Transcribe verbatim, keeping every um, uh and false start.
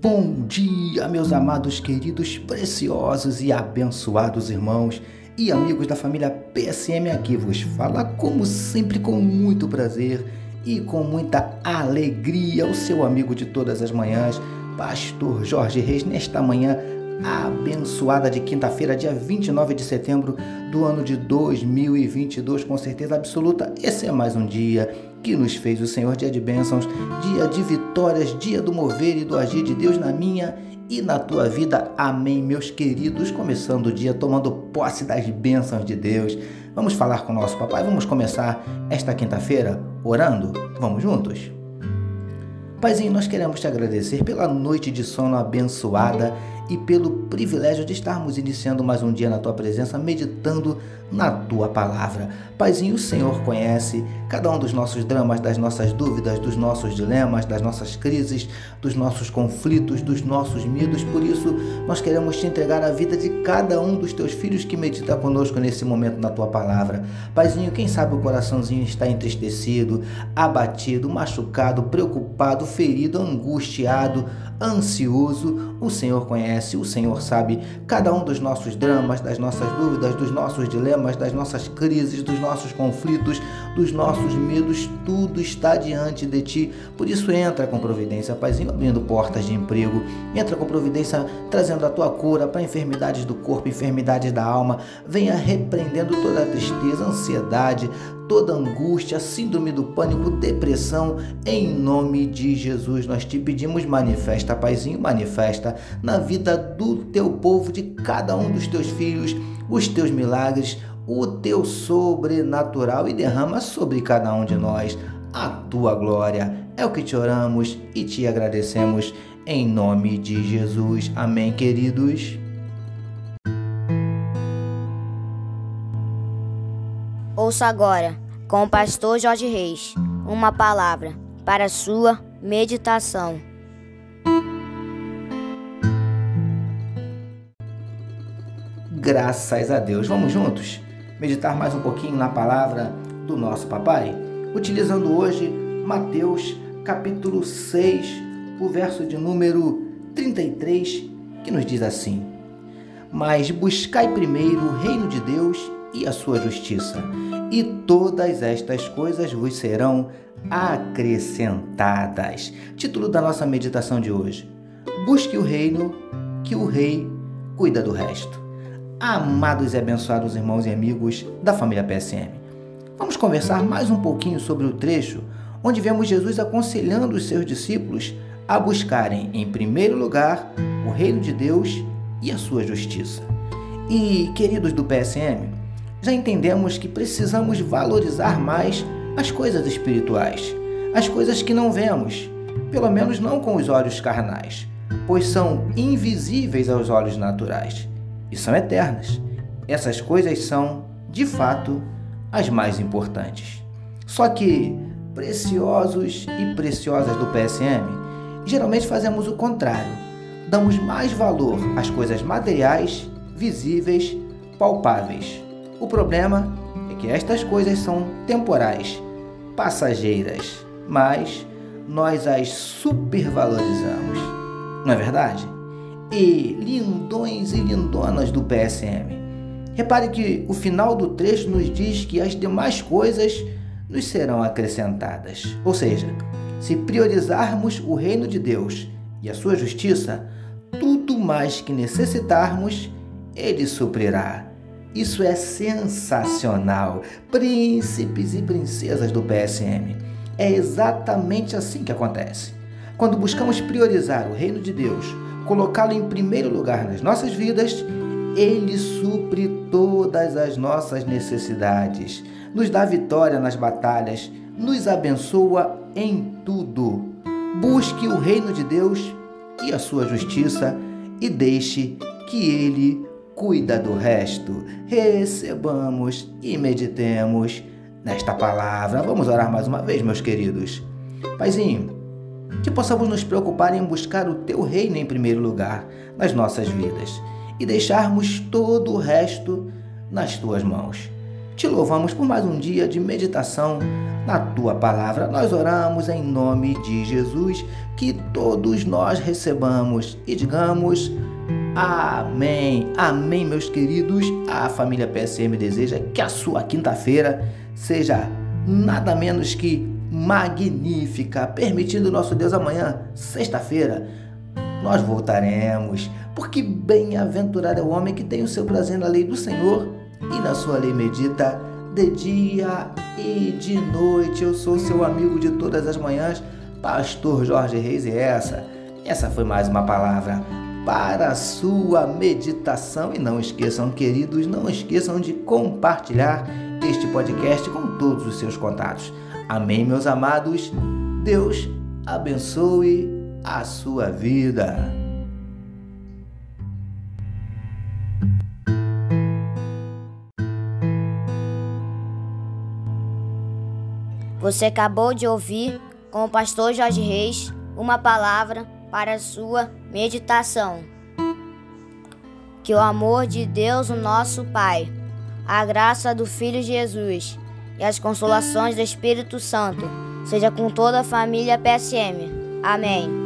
Bom dia, meus amados, queridos, preciosos e abençoados irmãos e amigos da família P S M. Aqui vos fala, como sempre, com muito prazer e com muita alegria, o seu amigo de todas as manhãs, Pastor Jorge Reis, nesta manhã abençoada de quinta-feira, dia vinte e nove de setembro do ano de dois mil e vinte e dois, com certeza absoluta. Esse é mais um dia que nos fez o Senhor, dia de bênçãos, dia de vitórias, dia do mover e do agir de Deus na minha e na tua vida. Amém, meus queridos. Começando o dia tomando posse das bênçãos de Deus. Vamos falar com o nosso papai. Vamos começar esta quinta-feira orando? Vamos juntos? Paizinho, nós queremos te agradecer pela noite de sono abençoada e pelo privilégio de estarmos iniciando mais um dia na tua presença, meditando na tua palavra. Paizinho, o Senhor conhece cada um dos nossos dramas, das nossas dúvidas, dos nossos dilemas, das nossas crises, dos nossos conflitos, dos nossos medos. Por isso, nós queremos te entregar a vida de cada um dos teus filhos que medita conosco nesse momento na tua palavra. Paizinho, quem sabe o coraçãozinho está entristecido, abatido, machucado, preocupado, ferido, angustiado, ansioso. O Senhor conhece, o Senhor sabe cada um dos nossos dramas, das nossas dúvidas, dos nossos dilemas, das nossas crises, dos nossos conflitos, dos nossos medos. Tudo está diante de ti. Por isso, entra com providência, Paizinho, abrindo portas de emprego. Entra com providência, trazendo a tua cura para enfermidades do corpo, enfermidades da alma. Venha repreendendo toda a tristeza, ansiedade, toda angústia, síndrome do pânico, depressão. Em nome de Jesus, nós te pedimos, manifesta, Paizinho, manifesta na vida do teu povo, de cada um dos teus filhos, os teus milagres, o teu sobrenatural, e derrama sobre cada um de nós a tua glória. É o que te oramos e te agradecemos em nome de Jesus. Amém, queridos. Ouça agora, com o pastor Jorge Reis, uma palavra para a sua meditação. Graças a Deus. Vamos juntos meditar mais um pouquinho na palavra do nosso papai, utilizando hoje Mateus capítulo seis, o verso de número trinta e três, que nos diz assim: mas buscai primeiro o reino de Deus e a sua justiça, e todas estas coisas vos serão acrescentadas. Título da nossa meditação de hoje: busque o reino, que o rei cuida do resto. Amados e abençoados irmãos e amigos da família P S M, vamos conversar mais um pouquinho sobre o trecho onde vemos Jesus aconselhando os seus discípulos a buscarem em primeiro lugar o reino de Deus e a sua justiça. E, queridos do P S M, já entendemos que precisamos valorizar mais as coisas espirituais, as coisas que não vemos, pelo menos não com os olhos carnais, pois são invisíveis aos olhos naturais e são eternas. Essas coisas são, de fato, as mais importantes. Só que, preciosos e preciosas do P S M, geralmente fazemos o contrário. Damos mais valor às coisas materiais, visíveis, palpáveis. O problema é que estas coisas são temporais, passageiras, mas nós as supervalorizamos. Não é verdade? E lindões e lindonas do P S M, repare que o final do trecho nos diz que as demais coisas nos serão acrescentadas. Ou seja, se priorizarmos o reino de Deus e a sua justiça, tudo mais que necessitarmos, Ele suprirá. Isso é sensacional, príncipes e princesas do P S M. É exatamente assim que acontece. Quando buscamos priorizar o reino de Deus, colocá-lo em primeiro lugar nas nossas vidas, Ele supre todas as nossas necessidades, nos dá vitória nas batalhas, nos abençoa em tudo. Busque o reino de Deus e a sua justiça e deixe que Ele cuida do resto. Recebamos e meditemos nesta palavra. Vamos orar mais uma vez, meus queridos. Paizinho, que possamos nos preocupar em buscar o Teu reino em primeiro lugar nas nossas vidas e deixarmos todo o resto nas Tuas mãos. Te louvamos por mais um dia de meditação na Tua Palavra. Nós oramos em nome de Jesus, que todos nós recebamos e digamos amém. Amém, meus queridos. A família P S M deseja que a sua quinta-feira seja nada menos que magnífica, permitindo nosso Deus amanhã, sexta-feira, nós voltaremos, porque bem-aventurado é o homem que tem o seu prazer na lei do Senhor e na sua lei medita de dia e de noite. Eu sou seu amigo de todas as manhãs, Pastor Jorge Reis, e essa, essa foi mais uma palavra para a sua meditação. E não esqueçam, queridos, não esqueçam de compartilhar este podcast com todos os seus contatos. Amém, meus amados. Deus abençoe a sua vida. Você acabou de ouvir com o pastor Jorge Reis uma palavra para a sua meditação. Que o amor de Deus, o nosso Pai, a graça do Filho Jesus e as consolações do Espírito Santo seja com toda a família P S M. Amém.